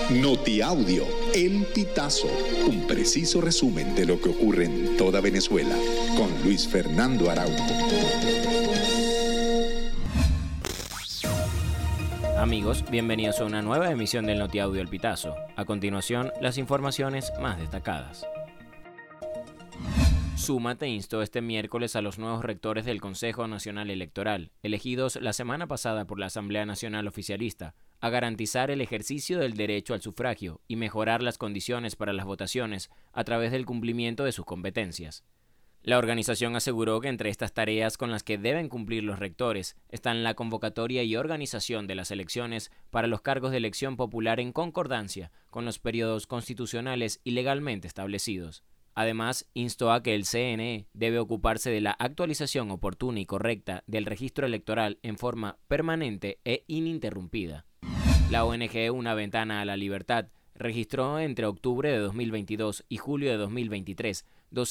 Notiaudio, El Pitazo, un preciso resumen de lo que ocurre en toda Venezuela, con Luis Fernando Araújo. Amigos, bienvenidos a una nueva emisión del Notiaudio El Pitazo. A continuación, las informaciones más destacadas. Súmate instó este miércoles a los nuevos rectores del Consejo Nacional Electoral, elegidos la semana pasada por la Asamblea Nacional Oficialista, a garantizar el ejercicio del derecho al sufragio y mejorar las condiciones para las votaciones a través del cumplimiento de sus competencias. La organización aseguró que entre estas tareas con las que deben cumplir los rectores están la convocatoria y organización de las elecciones para los cargos de elección popular en concordancia con los periodos constitucionales y legalmente establecidos. Además, instó a que el CNE debe ocuparse de la actualización oportuna y correcta del registro electoral en forma permanente e ininterrumpida. La ONG Una Ventana a la Libertad registró entre octubre de 2022 y julio de 2023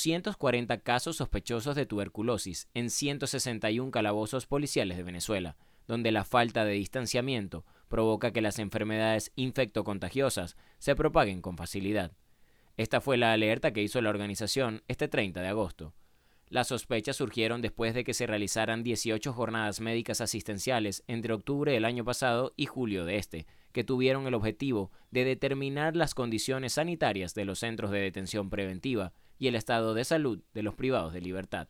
240 casos sospechosos de tuberculosis en 161 calabozos policiales de Venezuela, donde la falta de distanciamiento provoca que las enfermedades infectocontagiosas se propaguen con facilidad. Esta fue la alerta que hizo la organización este 30 de agosto. Las sospechas surgieron después de que se realizaran 18 jornadas médicas asistenciales entre octubre del año pasado y julio de este, que tuvieron el objetivo de determinar las condiciones sanitarias de los centros de detención preventiva y el estado de salud de los privados de libertad.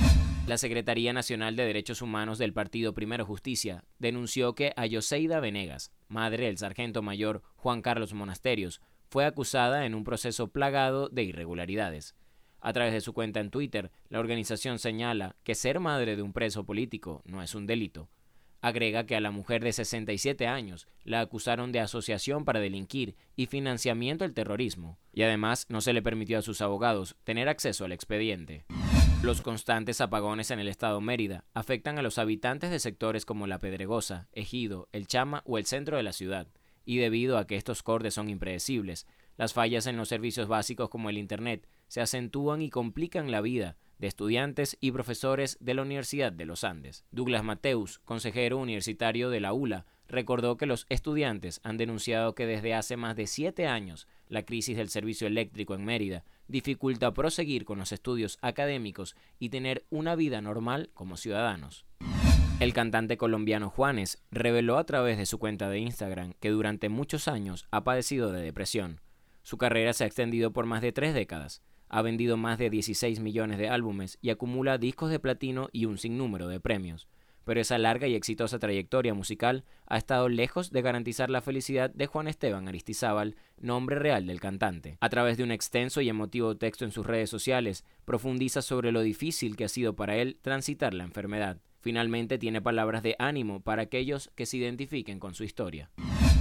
La Secretaría Nacional de Derechos Humanos del Partido Primero Justicia denunció que Ayoseida Venegas, madre del sargento mayor Juan Carlos Monasterios, fue acusada en un proceso plagado de irregularidades. A través de su cuenta en Twitter, la organización señala que ser madre de un preso político no es un delito. Agrega que a la mujer de 67 años la acusaron de asociación para delinquir y financiamiento del terrorismo, y además no se le permitió a sus abogados tener acceso al expediente. Los constantes apagones en el estado Mérida afectan a los habitantes de sectores como La Pedregosa, Ejido, El Chama o el centro de la ciudad, y debido a que estos cortes son impredecibles, las fallas en los servicios básicos como el Internet se acentúan y complican la vida de estudiantes y profesores de la Universidad de los Andes. Douglas Mateus, consejero universitario de la ULA, recordó que los estudiantes han denunciado que desde hace más de 7 años la crisis del servicio eléctrico en Mérida dificulta proseguir con los estudios académicos y tener una vida normal como ciudadanos. El cantante colombiano Juanes reveló a través de su cuenta de Instagram que durante muchos años ha padecido de depresión. Su carrera se ha extendido por más de 3 décadas. Ha vendido más de 16 millones de álbumes y acumula discos de platino y un sinnúmero de premios. Pero esa larga y exitosa trayectoria musical ha estado lejos de garantizar la felicidad de Juan Esteban Aristizábal, nombre real del cantante. A través de un extenso y emotivo texto en sus redes sociales, profundiza sobre lo difícil que ha sido para él transitar la enfermedad. Finalmente tiene palabras de ánimo para aquellos que se identifiquen con su historia.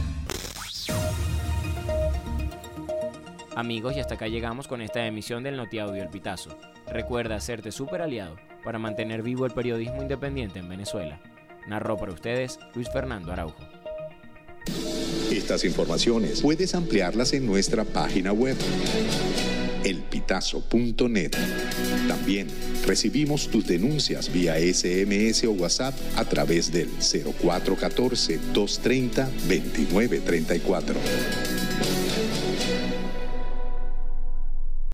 Amigos, y hasta acá llegamos con esta emisión del Notiaudio El Pitazo. Recuerda hacerte súper aliado para mantener vivo el periodismo independiente en Venezuela. Narró para ustedes Luis Fernando Araújo. Estas informaciones puedes ampliarlas en nuestra página web, elpitazo.net. También recibimos tus denuncias vía SMS o WhatsApp a través del 0414-230-2934.